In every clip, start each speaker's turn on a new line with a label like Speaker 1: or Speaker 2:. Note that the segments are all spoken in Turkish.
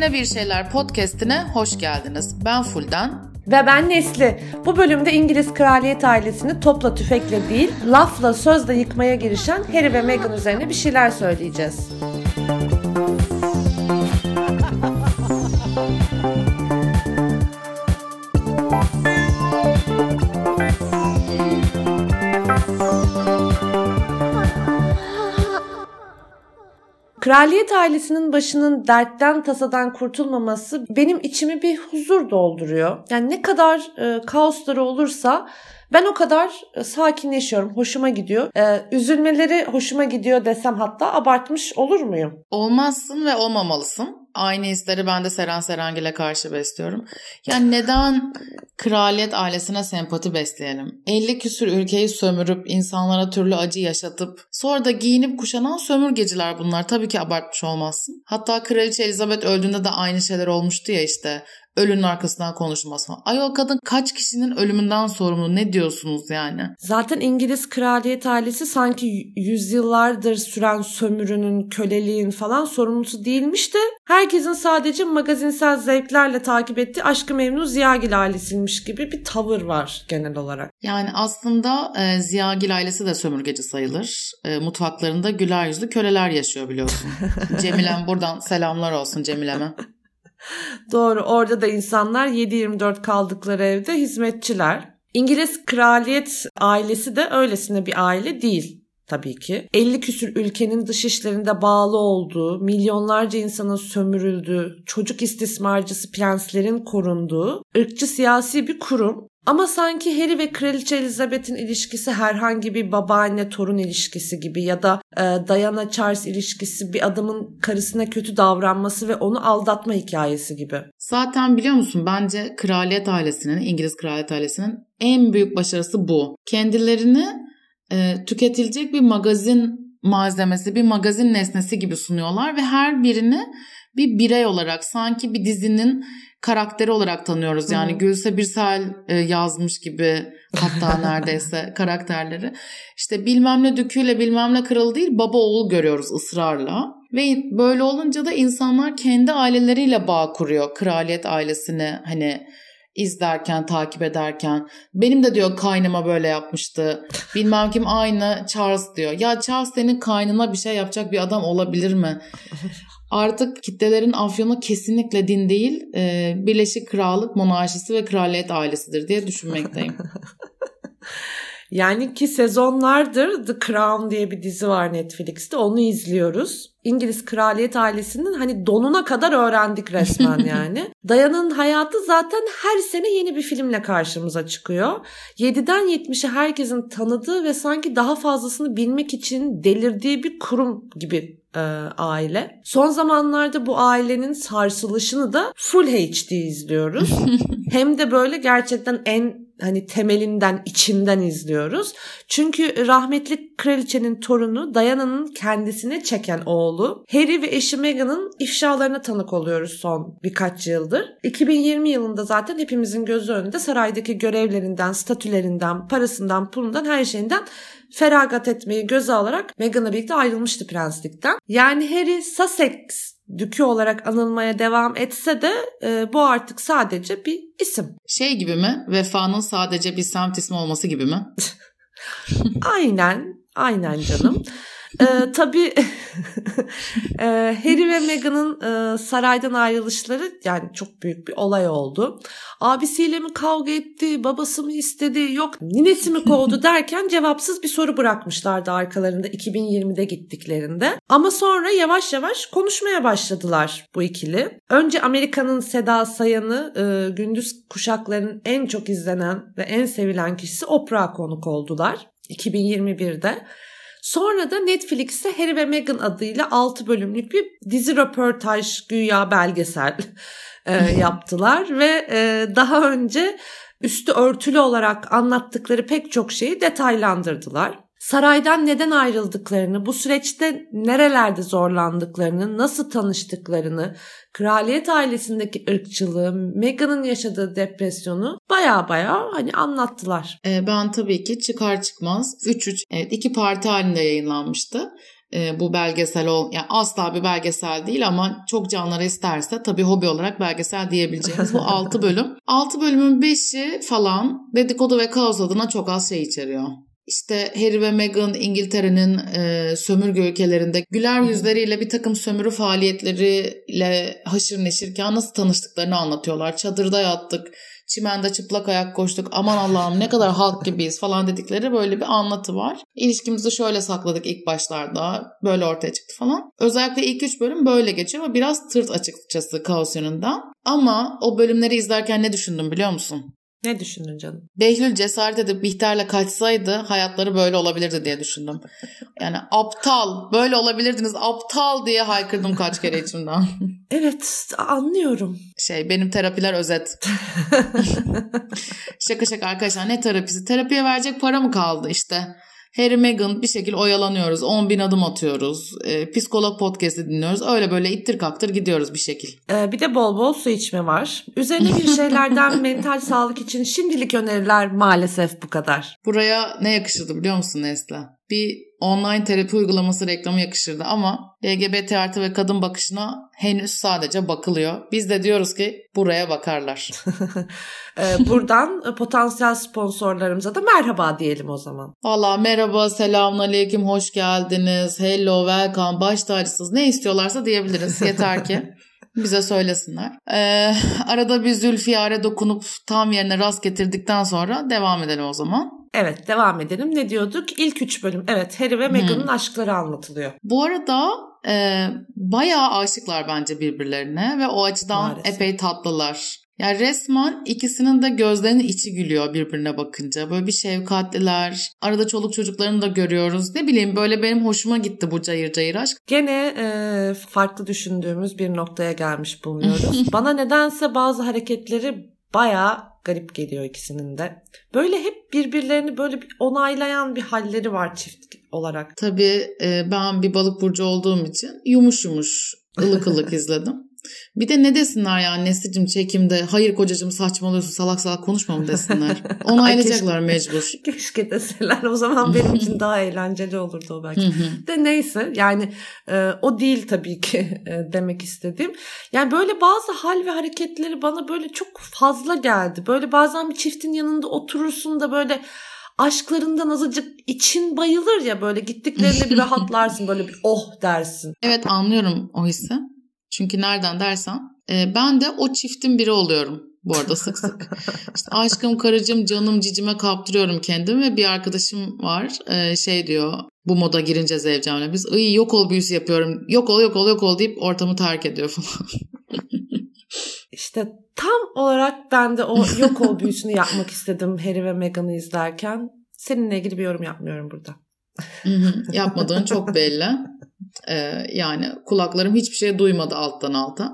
Speaker 1: Yine Bir Şeyler Podcast'ine hoş geldiniz. Ben Fulden.
Speaker 2: Ve ben Nesli. Bu bölümde İngiliz kraliyet ailesini topla tüfekle değil, lafla sözle yıkmaya girişen Harry ve Meghan üzerine bir şeyler söyleyeceğiz. Kraliyet ailesinin başının dertten tasadan kurtulmaması benim içimi bir huzur dolduruyor. Yani ne kadar kaosları olursa ben o kadar sakinleşiyorum. Hoşuma gidiyor. Üzülmeleri hoşuma gidiyor desem hatta abartmış olur muyum?
Speaker 1: Olmazsın ve olmamalısın. Aynı hisleri ben de Seren Serengil'e karşı besliyorum. Yani neden kraliyet ailesine sempati besleyelim? 50 küsur ülkeyi sömürüp insanlara türlü acı yaşatıp sonra da giyinip kuşanan sömürgeciler bunlar. Tabii ki abartmış olmazsın. Hatta Kraliçe Elizabeth öldüğünde de aynı şeyler olmuştu ya işte. Ölünün arkasından konuşması falan. Ay o kadın kaç kişinin ölümünden sorumlu, ne diyorsunuz yani?
Speaker 2: Zaten İngiliz kraliyet ailesi sanki yüzyıllardır süren sömürünün, köleliğin falan sorumlusu değilmiş de herkesin sadece magazinsel zevklerle takip ettiği Aşk-ı Memnu Ziyagil ailesiymiş gibi bir tavır var genel olarak.
Speaker 1: Yani aslında Ziyagil ailesi de sömürgeci sayılır. Mutfaklarında güler yüzlü köleler yaşıyor biliyorsun. Cemilem buradan selamlar olsun Cemile'me.
Speaker 2: Doğru, orada da insanlar 7/24 kaldıkları evde hizmetçiler. İngiliz kraliyet ailesi de öylesine bir aile değil tabii ki. 50 küsür ülkenin dış işlerinde bağlı olduğu, milyonlarca insanın sömürüldüğü, çocuk istismarcısı prenslerin korunduğu, ırkçı siyasi bir kurum. Ama sanki Harry ve Kraliçe Elizabeth'in ilişkisi herhangi bir babaanne-torun ilişkisi gibi ya da Diana-Charles ilişkisi bir adamın karısına kötü davranması ve onu aldatma hikayesi gibi.
Speaker 1: Zaten biliyor musun bence kraliyet ailesinin, İngiliz kraliyet ailesinin en büyük başarısı bu. Kendilerini tüketilecek bir magazin malzemesi, bir magazin nesnesi gibi sunuyorlar ve her birini bir birey olarak sanki bir dizinin karakteri olarak tanıyoruz. Yani Gülse Birsel yazmış gibi hatta neredeyse karakterleri. İşte bilmem ne düküyle bilmem ne kralı değil baba oğul görüyoruz ısrarla. Ve böyle olunca da insanlar kendi aileleriyle bağ kuruyor. Kraliyet ailesini hani izlerken, takip ederken. Benim de diyor kaynıma böyle yapmıştı. Bilmem kim aynı Charles diyor. Ya Charles senin kaynına bir şey yapacak bir adam olabilir mi? Artık kitlelerin afyonu kesinlikle din değil, Birleşik Krallık monarşisi ve kraliyet ailesidir diye düşünmekteyim.
Speaker 2: Yani ki sezonlardır The Crown diye bir dizi var Netflix'te, onu izliyoruz. İngiliz kraliyet ailesinin hani donuna kadar öğrendik resmen yani. Diana'nın hayatı zaten her sene yeni bir filmle karşımıza çıkıyor. 7'den 70'e herkesin tanıdığı ve sanki daha fazlasını bilmek için delirdiği bir kurum gibi aile. Son zamanlarda bu ailenin sarsılışını da Full HD izliyoruz. Hem de böyle gerçekten en hani temelinden, içinden izliyoruz. Çünkü rahmetli kraliçenin torunu Diana'nın kendisine çeken oğlu Harry ve eşi Meghan'ın ifşalarına tanık oluyoruz son birkaç yıldır. 2020 yılında zaten hepimizin gözü önünde saraydaki görevlerinden, statülerinden, parasından, pulundan, her şeyinden feragat etmeyi göze alarak Meghan'la birlikte ayrılmıştı prenslikten. Yani Harry Sussex dükü olarak anılmaya devam etse de bu artık sadece bir isim.
Speaker 1: Şey gibi mi? Vefanın sadece bir semt ismi olması gibi mi?
Speaker 2: Aynen canım. Tabii Harry ve Meghan'ın saraydan ayrılışları yani çok büyük bir olay oldu. Abisiyle mi kavga etti, babası mı istedi, yok ninesi mi kovdu derken cevapsız bir soru bırakmışlardı arkalarında 2020'de gittiklerinde. Ama sonra yavaş yavaş konuşmaya başladılar bu ikili. Önce Amerika'nın Seda Sayan'ı gündüz kuşaklarının en çok izlenen ve en sevilen kişisi Oprah'a konuk oldular 2021'de. Sonra da Netflix'te Harry ve Meghan adıyla 6 bölümlük bir dizi röportaj güya belgesel yaptılar ve daha önce üstü örtülü olarak anlattıkları pek çok şeyi detaylandırdılar. Saraydan neden ayrıldıklarını, bu süreçte nerelerde zorlandıklarını, nasıl tanıştıklarını, kraliyet ailesindeki ırkçılığı, Meghan'ın yaşadığı depresyonu baya hani anlattılar.
Speaker 1: Ben tabii ki çıkar çıkmaz 3-3 evet 2 parti halinde yayınlanmıştı. bu belgesel yani asla bir belgesel değil ama çok canları isterse tabii hobi olarak belgesel diyebileceğimiz bu 6 bölüm. 6 bölümün 5'i falan dedikodu ve kaos adına çok az şey içeriyor. İşte Harry ve Meghan İngiltere'nin sömürge ülkelerinde güler yüzleriyle bir takım sömürü faaliyetleriyle haşır neşirken nasıl tanıştıklarını anlatıyorlar. Çadırda yattık, çimende çıplak ayak koştuk, aman Allah'ım ne kadar halk gibiyiz falan dedikleri böyle bir anlatı var. İlişkimizi şöyle sakladık ilk başlarda, böyle ortaya çıktı falan. Özellikle ilk 3 bölüm böyle geçiyor ve biraz tırt açıkçası kaos yönünden. Ama o bölümleri izlerken ne düşündüm biliyor musun?
Speaker 2: Ne düşündün canım?
Speaker 1: Behlül cesaret edip Bihter'le kaçsaydı hayatları böyle olabilirdi diye düşündüm. Yani aptal, böyle olabilirdiniz aptal diye haykırdım kaç kere içimden.
Speaker 2: Evet, anlıyorum.
Speaker 1: Benim terapiler özet. Şaka arkadaşlar, ne terapisi? Terapiye verecek para mı kaldı işte? Harry, Meghan bir şekilde oyalanıyoruz. 10.000 adım atıyoruz. Psikolog podcast'i dinliyoruz. Öyle böyle ittir kaktır gidiyoruz bir şekil.
Speaker 2: Bir de bol bol su içme var. Üzerine bir şeylerden mental sağlık için şimdilik öneriler maalesef bu kadar.
Speaker 1: Buraya ne yakışırdı biliyor musun Nesli? Bir online terapi uygulaması reklamı yakışırdı ama LGBT artı ve kadın bakışına henüz sadece bakılıyor. Biz de diyoruz ki buraya bakarlar.
Speaker 2: Buradan potansiyel sponsorlarımıza da merhaba diyelim o zaman.
Speaker 1: Valla merhaba, selamünaleyküm, hoş geldiniz, hello, welcome, baş tacısız ne istiyorlarsa diyebiliriz. Yeter ki bize söylesinler. Arada bir zülfiyare dokunup tam yerine rast getirdikten sonra devam edelim o zaman.
Speaker 2: Evet, devam edelim. Ne diyorduk? İlk 3 bölüm. Evet, Harry ve Meghan'ın aşkları anlatılıyor.
Speaker 1: Bu arada bayağı aşıklar bence birbirlerine ve o açıdan maalesef epey tatlılar. Yani resmen ikisinin de gözlerinin içi gülüyor birbirine bakınca. Böyle bir şefkatliler. Arada çoluk çocuklarını da görüyoruz. Ne bileyim, böyle benim hoşuma gitti bu cayır cayır aşk.
Speaker 2: Gene farklı düşündüğümüz bir noktaya gelmiş bulunuyoruz. Bana nedense bazı hareketleri bayağı garip geliyor ikisinin de. Böyle hep birbirlerini böyle bir onaylayan bir halleri var çift olarak.
Speaker 1: Tabii ben bir balık burcu olduğum için yumuş yumuş, ılık ılık izledim. Bir de ne desinler yani Nesli'cim çekimde, hayır kocacığım saçmalıyorsun, salak salak konuşma mı desinler. Onaylayacaklar mecbur.
Speaker 2: Keşke deseler, o zaman benim için daha eğlenceli olurdu o belki. De neyse yani o değil tabii ki demek istediğim. Yani böyle bazı hal ve hareketleri bana böyle çok fazla geldi. Böyle bazen bir çiftin yanında oturursun da böyle aşklarından azıcık için bayılır ya, böyle gittiklerinde bir rahatlarsın, böyle bir oh dersin.
Speaker 1: Evet, anlıyorum o hissi. Çünkü nereden dersen ben de o çiftin biri oluyorum bu arada sık sık. İşte aşkım, karıcığım, canım, cicime kaptırıyorum kendimi ve bir arkadaşım var diyor, bu moda girince Zevcem'le biz yok ol büyüsü yapıyorum, yok ol deyip ortamı terk ediyor falan.
Speaker 2: İşte tam olarak ben de o yok ol büyüsünü yapmak istedim Harry ve Meghan'ı izlerken. Seninle ilgili bir yorum yapmıyorum burada.
Speaker 1: Yapmadığın çok belli. Yani kulaklarım hiçbir şey duymadı alttan alta.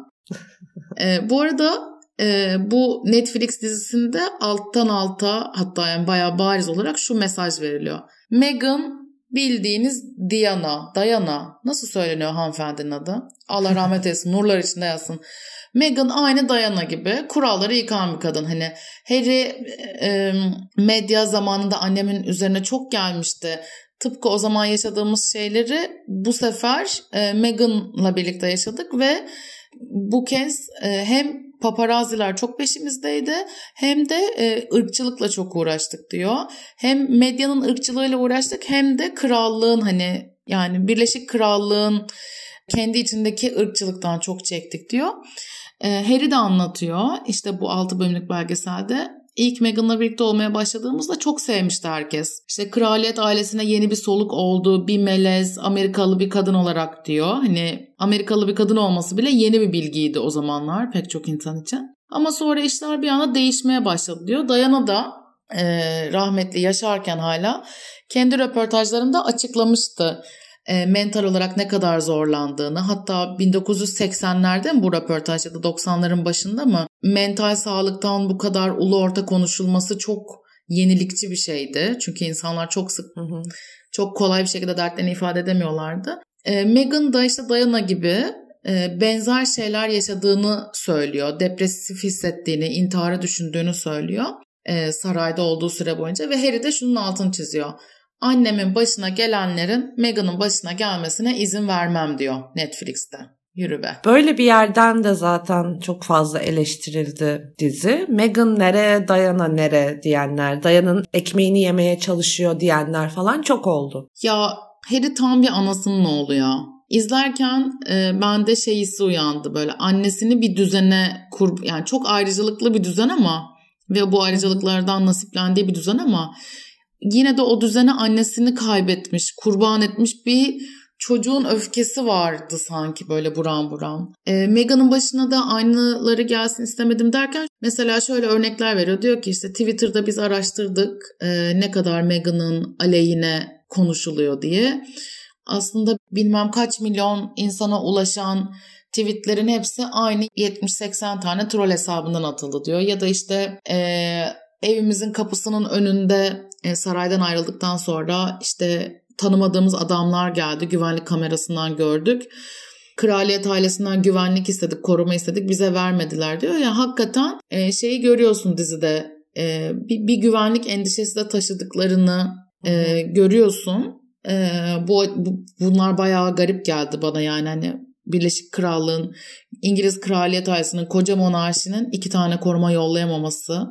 Speaker 1: Bu arada bu Netflix dizisinde alttan alta, hatta yani bayağı bariz olarak şu mesaj veriliyor. Meghan bildiğiniz Diana nasıl söyleniyor hanımefendinin adı? Allah rahmet eylesin, nurlar içinde yatsın. Meghan aynı Diana gibi kuralları yıkan bir kadın. Hani Harry medya zamanında annemin üzerine çok gelmişti. Tıpkı o zaman yaşadığımız şeyleri bu sefer Meghan'la birlikte yaşadık ve bu kez hem paparazziler çok peşimizdeydi hem de ırkçılıkla çok uğraştık diyor. Hem medyanın ırkçılığıyla uğraştık hem de krallığın, hani yani Birleşik Krallığın kendi içindeki ırkçılıktan çok çektik diyor. Harry de anlatıyor işte bu 6 bölümlük belgeselde. İlk Meghan'la birlikte olmaya başladığımızda çok sevmişti herkes. İşte kraliyet ailesine yeni bir soluk oldu, bir melez, Amerikalı bir kadın olarak diyor. Hani Amerikalı bir kadın olması bile yeni bir bilgiydi o zamanlar pek çok insan için. Ama sonra işler bir anda değişmeye başladı diyor. Diana da rahmetli yaşarken hala kendi röportajlarında açıklamıştı mental olarak ne kadar zorlandığını. Hatta 1980'lerde mi bu röportaj ya da 90'ların başında mı mental sağlıktan bu kadar ulu orta konuşulması çok yenilikçi bir şeydi. Çünkü insanlar çok sık çok kolay bir şekilde dertlerini ifade edemiyorlardı. Meghan da işte Diana gibi benzer şeyler yaşadığını söylüyor. Depresif hissettiğini, intiharı düşündüğünü söylüyor sarayda olduğu süre boyunca ve Harry de şunun altını çiziyor. annemin başına gelenlerin Meghan'ın başına gelmesine izin vermem diyor Netflix'te. Yürü be.
Speaker 2: Böyle bir yerden de zaten çok fazla eleştirildi dizi. Meghan nereye, Diana nereye diyenler, Diana'nın ekmeğini yemeye çalışıyor diyenler falan çok oldu.
Speaker 1: Ya Harry tam bir anasının oğlu ya. İzlerken bende hissi uyandı, böyle annesini bir düzene yani çok ayrıcalıklı bir düzen ama ve bu ayrıcalıklardan nasiplendiği bir düzen ama yine de o düzene annesini kaybetmiş, kurban etmiş bir çocuğun öfkesi vardı sanki, böyle buram buram. Meghan'ın başına da aynıları gelsin istemedim derken mesela şöyle örnekler veriyor. Diyor ki işte Twitter'da biz araştırdık ne kadar Meghan'ın aleyhine konuşuluyor diye. Aslında bilmem kaç milyon insana ulaşan tweetlerin hepsi aynı 70-80 tane troll hesabından atıldı diyor. Ya da işte evimizin kapısının önünde saraydan ayrıldıktan sonra işte tanımadığımız adamlar geldi, güvenlik kamerasından gördük. Kraliyet ailesinden güvenlik istedik, koruma istedik, bize vermediler diyor. Yani hakikaten şeyi görüyorsun dizide, bir güvenlik endişesi de taşıdıklarını görüyorsun. Bunlar bayağı garip geldi bana, yani hani Birleşik Krallığın, İngiliz kraliyet ailesinin, koca monarşinin 2 tane koruma yollayamaması.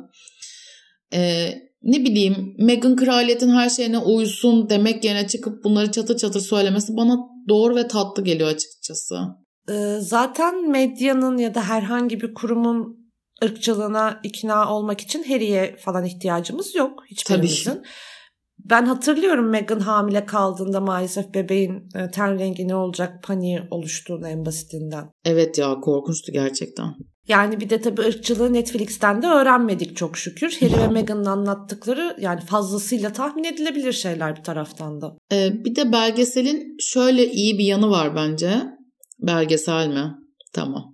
Speaker 1: Ne bileyim, Meghan kraliyetin her şeyine uysun demek yerine çıkıp bunları çatır çatır söylemesi bana doğru ve tatlı geliyor açıkçası.
Speaker 2: Zaten medyanın ya da herhangi bir kurumun ırkçılığına ikna olmak için Harry'e falan ihtiyacımız yok hiçbirimizin. Ben hatırlıyorum Meghan hamile kaldığında maalesef bebeğin ten rengi ne olacak paniği oluştuğunu en basitinden.
Speaker 1: Evet ya, korkunçtu gerçekten.
Speaker 2: Yani bir de tabii ırkçılığı Netflix'ten de öğrenmedik çok şükür. Harry ve Meghan'ın anlattıkları yani fazlasıyla tahmin edilebilir şeyler bir taraftan da.
Speaker 1: Bir de belgeselin şöyle iyi bir yanı var bence. Belgesel mi? Tamam.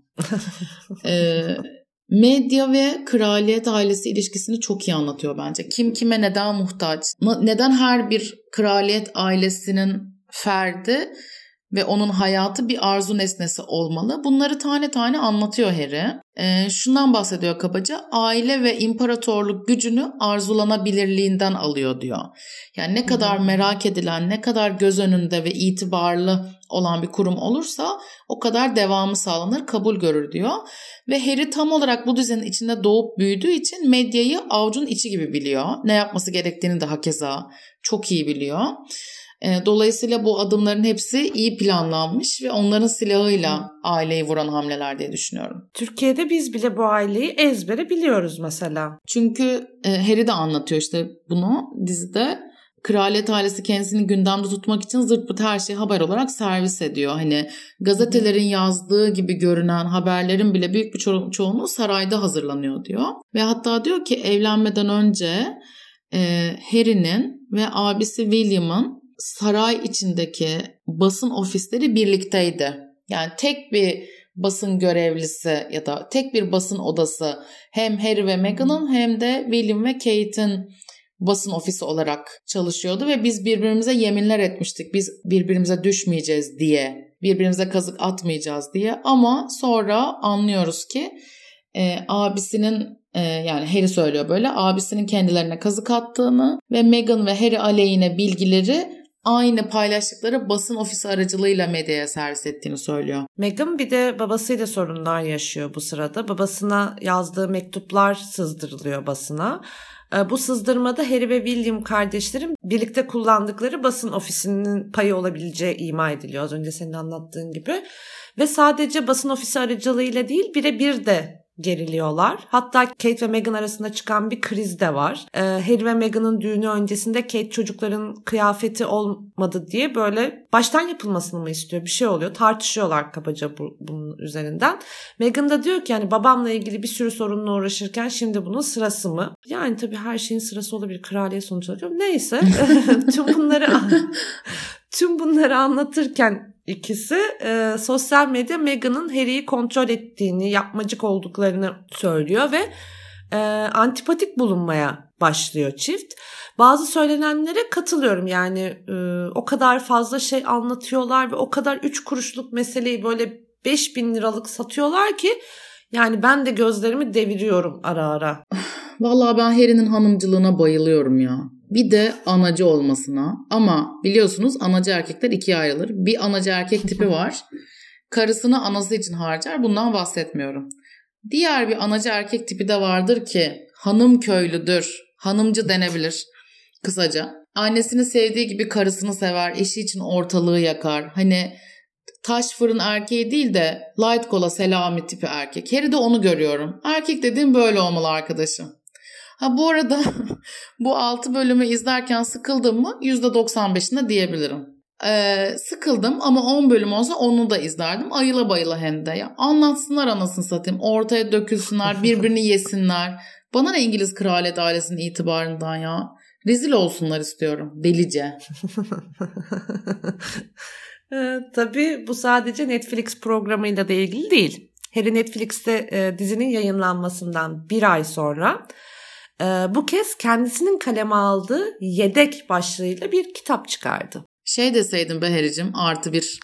Speaker 1: Medya ve kraliyet ailesi ilişkisini çok iyi anlatıyor bence. Kim kime neden muhtaç? Neden her bir kraliyet ailesinin ferdi ve onun hayatı bir arzu nesnesi olmalı? Bunları tane tane anlatıyor Harry. Şundan bahsediyor kabaca. Aile ve imparatorluk gücünü arzulanabilirliğinden alıyor diyor. Yani ne kadar merak edilen, ne kadar göz önünde ve itibarlı olan bir kurum olursa o kadar devamı sağlanır, kabul görür diyor. Ve Harry tam olarak bu düzenin içinde doğup büyüdüğü için medyayı avucun içi gibi biliyor. Ne yapması gerektiğini de hakeza çok iyi biliyor. Dolayısıyla bu adımların hepsi iyi planlanmış ve onların silahıyla aileyi vuran hamleler diye düşünüyorum.
Speaker 2: Türkiye'de biz bile bu aileyi ezbere biliyoruz mesela.
Speaker 1: Çünkü Harry de anlatıyor işte bunu dizide. Kraliyet ailesi kendisini gündemde tutmak için zırt pırt her şeyi haber olarak servis ediyor. Hani gazetelerin yazdığı gibi görünen haberlerin bile büyük bir çoğunluğu sarayda hazırlanıyor diyor. Ve hatta diyor ki evlenmeden önce Harry'nin ve abisi William'ın saray içindeki basın ofisleri birlikteydi. Yani tek bir basın görevlisi ya da tek bir basın odası hem Harry ve Meghan'ın hem de William ve Kate'in basın ofisi olarak çalışıyordu ve biz birbirimize yeminler etmiştik. Biz birbirimize düşmeyeceğiz diye, birbirimize kazık atmayacağız diye, ama sonra anlıyoruz ki abisinin yani Harry söylüyor böyle, abisinin kendilerine kazık attığını ve Meghan ve Harry aleyhine bilgileri aynı paylaştıkları basın ofisi aracılığıyla medyaya servis ettiğini söylüyor.
Speaker 2: Meghan bir de babasıyla sorunlar yaşıyor bu sırada. Babasına yazdığı mektuplar sızdırılıyor basına. Bu sızdırmada Harry ve William kardeşlerin birlikte kullandıkları basın ofisinin payı olabileceği ima ediliyor az önce senin anlattığın gibi. Ve sadece basın ofisi aracılığıyla değil birebir de geriliyorlar. Hatta Kate ve Meghan arasında çıkan bir kriz de var. Harry ve Meghan'ın düğünü öncesinde Kate çocukların kıyafeti olmadı diye böyle baştan yapılmasını mı istiyor? Bir şey oluyor. Tartışıyorlar kabaca bunun üzerinden. Meghan da diyor ki yani babamla ilgili bir sürü sorunla uğraşırken şimdi bunun sırası mı? Yani tabii her şeyin sırası olabilir. Kraliyet sonuç olarak. Neyse. tüm bunları anlatırken İkisi sosyal medya Meghan'ın Harry'i kontrol ettiğini, yapmacık olduklarını söylüyor ve antipatik bulunmaya başlıyor çift. Bazı söylenenlere katılıyorum yani o kadar fazla şey anlatıyorlar ve o kadar 3 kuruşluk meseleyi böyle 5.000 liralık satıyorlar ki yani ben de gözlerimi deviriyorum ara ara.
Speaker 1: Vallahi ben Harry'nin hanımcılığına bayılıyorum ya. bir de anacı olmasına. Ama biliyorsunuz anacı erkekler ikiye ayrılır. Bir anacı erkek tipi var. Karısını anası için harcar. Bundan bahsetmiyorum. Diğer bir anacı erkek tipi de vardır ki hanım köylüdür. Hanımcı denebilir kısaca. Annesini sevdiği gibi karısını sever. Eşi için ortalığı yakar. Hani taş fırın erkeği değil de light cola Selami tipi erkek. Harry de onu görüyorum. Erkek dediğim böyle olmalı arkadaşım. Ha bu arada bu 6 bölümü izlerken sıkıldım mı? %95'inde diyebilirim. Sıkıldım ama 10 bölüm olsa onu da izlerdim. Ayıla bayıla hem de. Ya. Anlatsınlar anasını satayım. Ortaya dökülsünler, birbirini yesinler. Bana ne İngiliz kraliyet ailesinin itibarından ya. Rezil olsunlar istiyorum. Delice.
Speaker 2: Tabii bu sadece Netflix programıyla da ilgili değil. Harry Netflix'te dizinin yayınlanmasından bir ay sonra bu kez kendisinin kaleme aldığı Yedek başlığıyla bir kitap çıkardı.
Speaker 1: Şey deseydim be Harry'cim +1.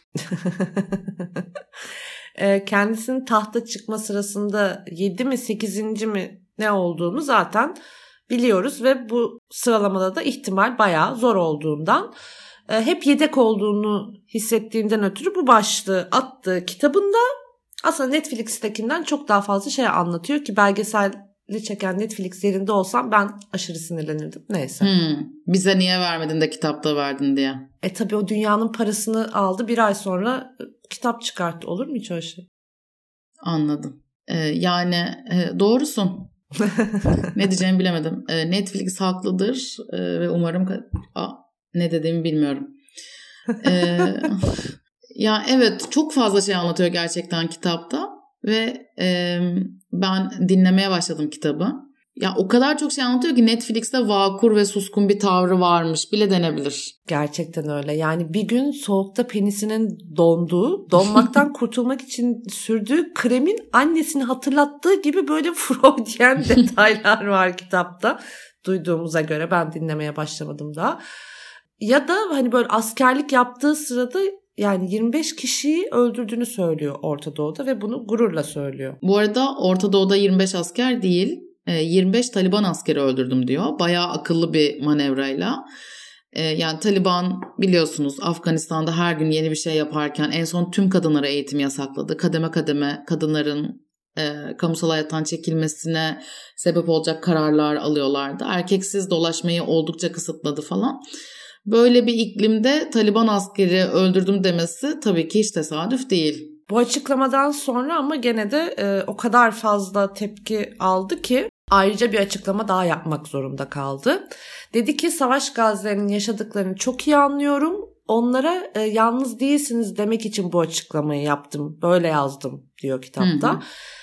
Speaker 2: Kendisinin tahta çıkma sırasında 7 mi 8. mi ne olduğunu zaten biliyoruz ve bu sıralamada da ihtimal bayağı zor olduğundan hep yedek olduğunu hissettiğinden ötürü bu başlığı attığı kitabında aslında Netflix'tekinden çok daha fazla şey anlatıyor ki belgeselli çeken Netflix yerinde olsam ben aşırı sinirlenirdim. Neyse.
Speaker 1: Bize niye vermedin de kitapta verdin diye.
Speaker 2: Tabii o dünyanın parasını aldı, bir ay sonra kitap çıkarttı. Olur mu hiç öyle şey?
Speaker 1: Anladım. Yani doğrusun. Ne diyeceğimi bilemedim. Netflix haklıdır ve umarım ne dediğimi bilmiyorum. Ya evet çok fazla şey anlatıyor gerçekten kitapta ve ben dinlemeye başladım kitabı. Ya o kadar çok şey anlatıyor ki Netflix'te vakur ve suskun bir tavrı varmış bile denebilir.
Speaker 2: Gerçekten öyle. Yani bir gün soğukta penisinin donmaktan kurtulmak için sürdüğü kremin annesini hatırlattığı gibi böyle Freudian detaylar var kitapta. Duyduğumuza göre ben dinlemeye başlamadım daha. Ya da hani böyle askerlik yaptığı sırada yani 25 kişiyi öldürdüğünü söylüyor Orta Doğu'da ve bunu gururla söylüyor.
Speaker 1: Bu arada Orta Doğu'da 25 asker değil, 25 Taliban askeri öldürdüm diyor. Bayağı akıllı bir manevrayla. Yani Taliban biliyorsunuz Afganistan'da her gün yeni bir şey yaparken en son tüm kadınlara eğitim yasakladı. Kademe kademe kadınların kamusal hayattan çekilmesine sebep olacak kararlar alıyorlardı. Erkeksiz dolaşmayı oldukça kısıtladı falan. Böyle bir iklimde Taliban askeri öldürdüm demesi tabii ki hiç tesadüf değil.
Speaker 2: Bu açıklamadan sonra ama gene de o kadar fazla tepki aldı ki ayrıca bir açıklama daha yapmak zorunda kaldı. Dedi ki savaş gazilerinin yaşadıklarını çok iyi anlıyorum. Onlara yalnız değilsiniz demek için bu açıklamayı yaptım. Böyle yazdım diyor kitapta. Hı.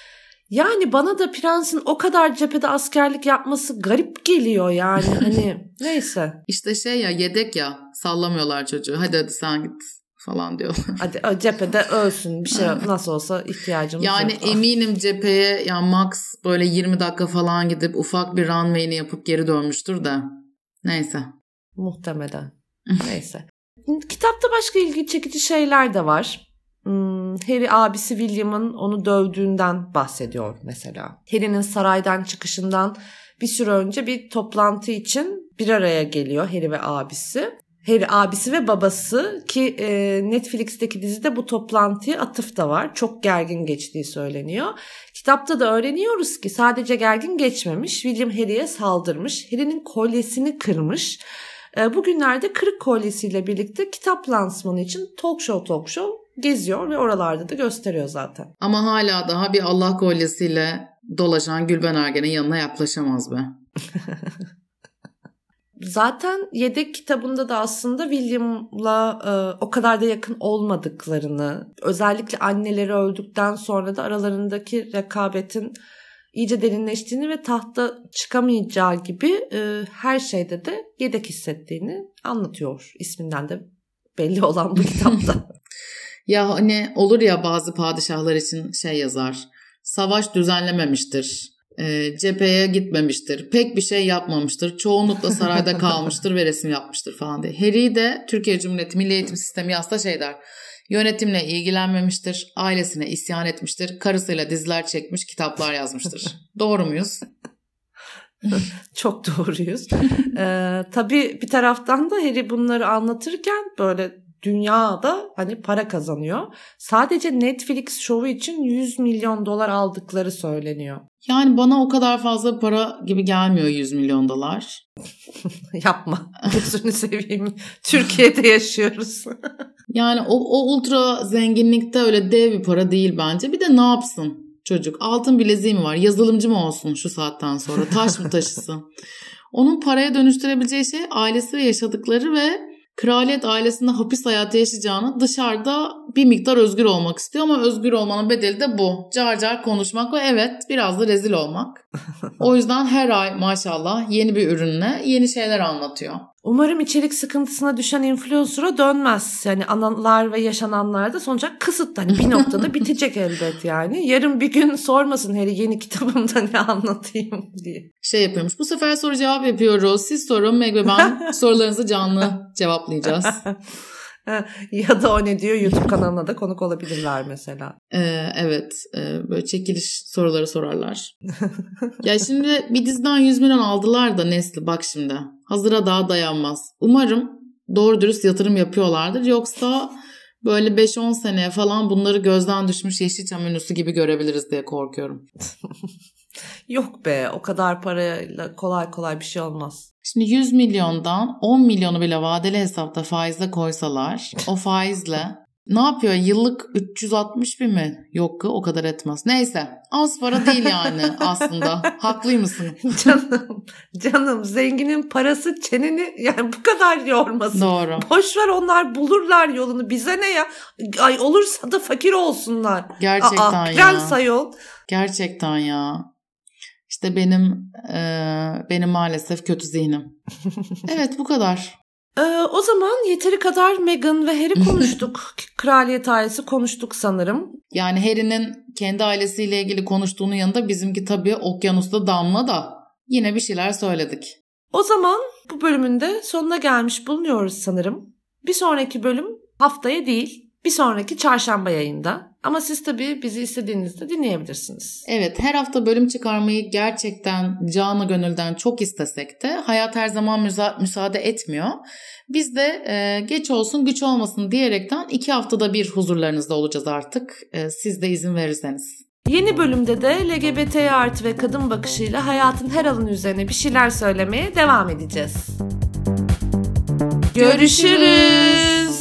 Speaker 2: Yani bana da prensin o kadar cephede askerlik yapması garip geliyor yani hani neyse.
Speaker 1: İşte şey ya yedek ya sallamıyorlar çocuğu hadi sen git falan diyor.
Speaker 2: Hadi cephede ölsün bir şey nasıl olsa ihtiyacımız
Speaker 1: yani
Speaker 2: yok.
Speaker 1: Yani eminim cepheye yani max böyle 20 dakika falan gidip ufak bir runway'ini yapıp geri dönmüştür de neyse.
Speaker 2: Muhtemelen neyse. Kitapta başka ilgi çekici şeyler de var. Harry abisi William'ın onu dövdüğünden bahsediyor mesela. Harry'nin saraydan çıkışından bir süre önce bir toplantı için bir araya geliyor Harry ve abisi. Harry abisi ve babası ki Netflix'teki dizide bu toplantıya atıf da var. Çok gergin geçtiği söyleniyor. Kitapta da öğreniyoruz ki sadece gergin geçmemiş. William Harry'e saldırmış. Harry'nin kolyesini kırmış. Bugünlerde kırık kolyesiyle birlikte kitap lansmanı için talk show geziyor ve oralarda da gösteriyor zaten.
Speaker 1: Ama hala daha bir Allah kolyesiyle dolaşan Gülben Ergen'in yanına yaklaşamaz be.
Speaker 2: Zaten Yedek kitabında da aslında William'la o kadar da yakın olmadıklarını, özellikle anneleri öldükten sonra da aralarındaki rekabetin iyice derinleştiğini ve tahta çıkamayacağı gibi her şeyde de Yedek hissettiğini anlatıyor. İsminden de belli olan bu kitapta.
Speaker 1: Ya hani olur ya bazı padişahlar için şey yazar. Savaş düzenlememiştir. Cepheye gitmemiştir. Pek bir şey yapmamıştır. Çoğunlukla sarayda kalmıştır ve resim yapmıştır falan diye. Harry de Türkiye Cumhuriyeti Milli Eğitim Sistemi aslında şey der. Yönetimle ilgilenmemiştir. Ailesine isyan etmiştir. Karısıyla diziler çekmiş, kitaplar yazmıştır. Doğru muyuz?
Speaker 2: Çok doğruyuz. Tabii bir taraftan da Harry bunları anlatırken böyle dünyada hani para kazanıyor. Sadece Netflix şovu için $100 milyon aldıkları söyleniyor.
Speaker 1: Yani bana o kadar fazla para gibi gelmiyor $100 milyon.
Speaker 2: Yapma. Gözünü seveyim. Türkiye'de yaşıyoruz.
Speaker 1: Yani o ultra zenginlikte öyle dev bir para değil bence. Bir de ne yapsın çocuk? Altın bileziği mi var? Yazılımcı mı olsun şu saatten sonra? Taş mı taşısın? Onun paraya dönüştürebileceği şey ailesi ve yaşadıkları ve kraliyet ailesinde hapis hayatı yaşayacağını, dışarıda bir miktar özgür olmak istiyor ama özgür olmanın bedeli de bu. Car car konuşmak ve evet biraz da rezil olmak. O yüzden her ay maşallah yeni bir ürünle yeni şeyler anlatıyor.
Speaker 2: Umarım içerik sıkıntısına düşen influencer'a dönmez. Yani anılar ve yaşananlar da sonuçta kısıtlı. Hani bir noktada bitecek elbet yani. Yarın bir gün sormasın Harry yeni kitabımda ne anlatayım diye.
Speaker 1: Şey yapıyormuş. Bu sefer soru cevap yapıyoruz. Siz sorun, Meg ve ben sorularınızı canlı cevaplayacağız.
Speaker 2: Ya da o ne diyor YouTube kanalına da konuk olabilirler mesela.
Speaker 1: Evet. Böyle çekiliş soruları sorarlar. Ya şimdi bir diziden 100 milyon aldılar da Nesli bak şimdi. Hazıra daha dayanmaz. Umarım doğru dürüst yatırım yapıyorlardır. Yoksa böyle 5-10 seneye falan bunları gözden düşmüş Yeşilçam ünlüsü gibi görebiliriz diye korkuyorum.
Speaker 2: Yok be, o kadar parayla kolay kolay bir şey olmaz.
Speaker 1: Şimdi 100 milyondan 10 milyonu bile vadeli hesapta faize koysalar o faizle ne yapıyor? Yıllık 360 bin mi? Yok ki o kadar etmez. Neyse az para değil yani aslında. Haklıymışsın.
Speaker 2: Canım zenginin parası çeneni yani bu kadar yormasın.
Speaker 1: Doğru.
Speaker 2: Boşver onlar bulurlar yolunu. Bize ne ya? Ay olursa da fakir olsunlar.
Speaker 1: Gerçekten ya.
Speaker 2: Prens ayol.
Speaker 1: Gerçekten ya. İşte benim maalesef kötü zihnim. Evet bu kadar.
Speaker 2: O zaman yeteri kadar Meghan ve Harry konuştuk. Kraliyet ailesi konuştuk sanırım.
Speaker 1: Yani Harry'nin kendi ailesiyle ilgili konuştuğunun yanında bizimki tabii okyanusta damla da yine bir şeyler söyledik.
Speaker 2: O zaman bu bölümün de sonuna gelmiş bulunuyoruz sanırım. Bir sonraki bölüm haftaya değil, bir sonraki çarşamba yayında. Ama siz tabii bizi istediğinizde dinleyebilirsiniz.
Speaker 1: Evet, her hafta bölüm çıkarmayı gerçekten canı gönülden çok istesek de hayat her zaman müsaade etmiyor. Biz de geç olsun güç olmasın diyerekten 2 haftada bir huzurlarınızda olacağız artık. Siz de izin verirseniz.
Speaker 2: Yeni bölümde de LGBT artı ve kadın bakışıyla hayatın her alanı üzerine bir şeyler söylemeye devam edeceğiz. Görüşürüz.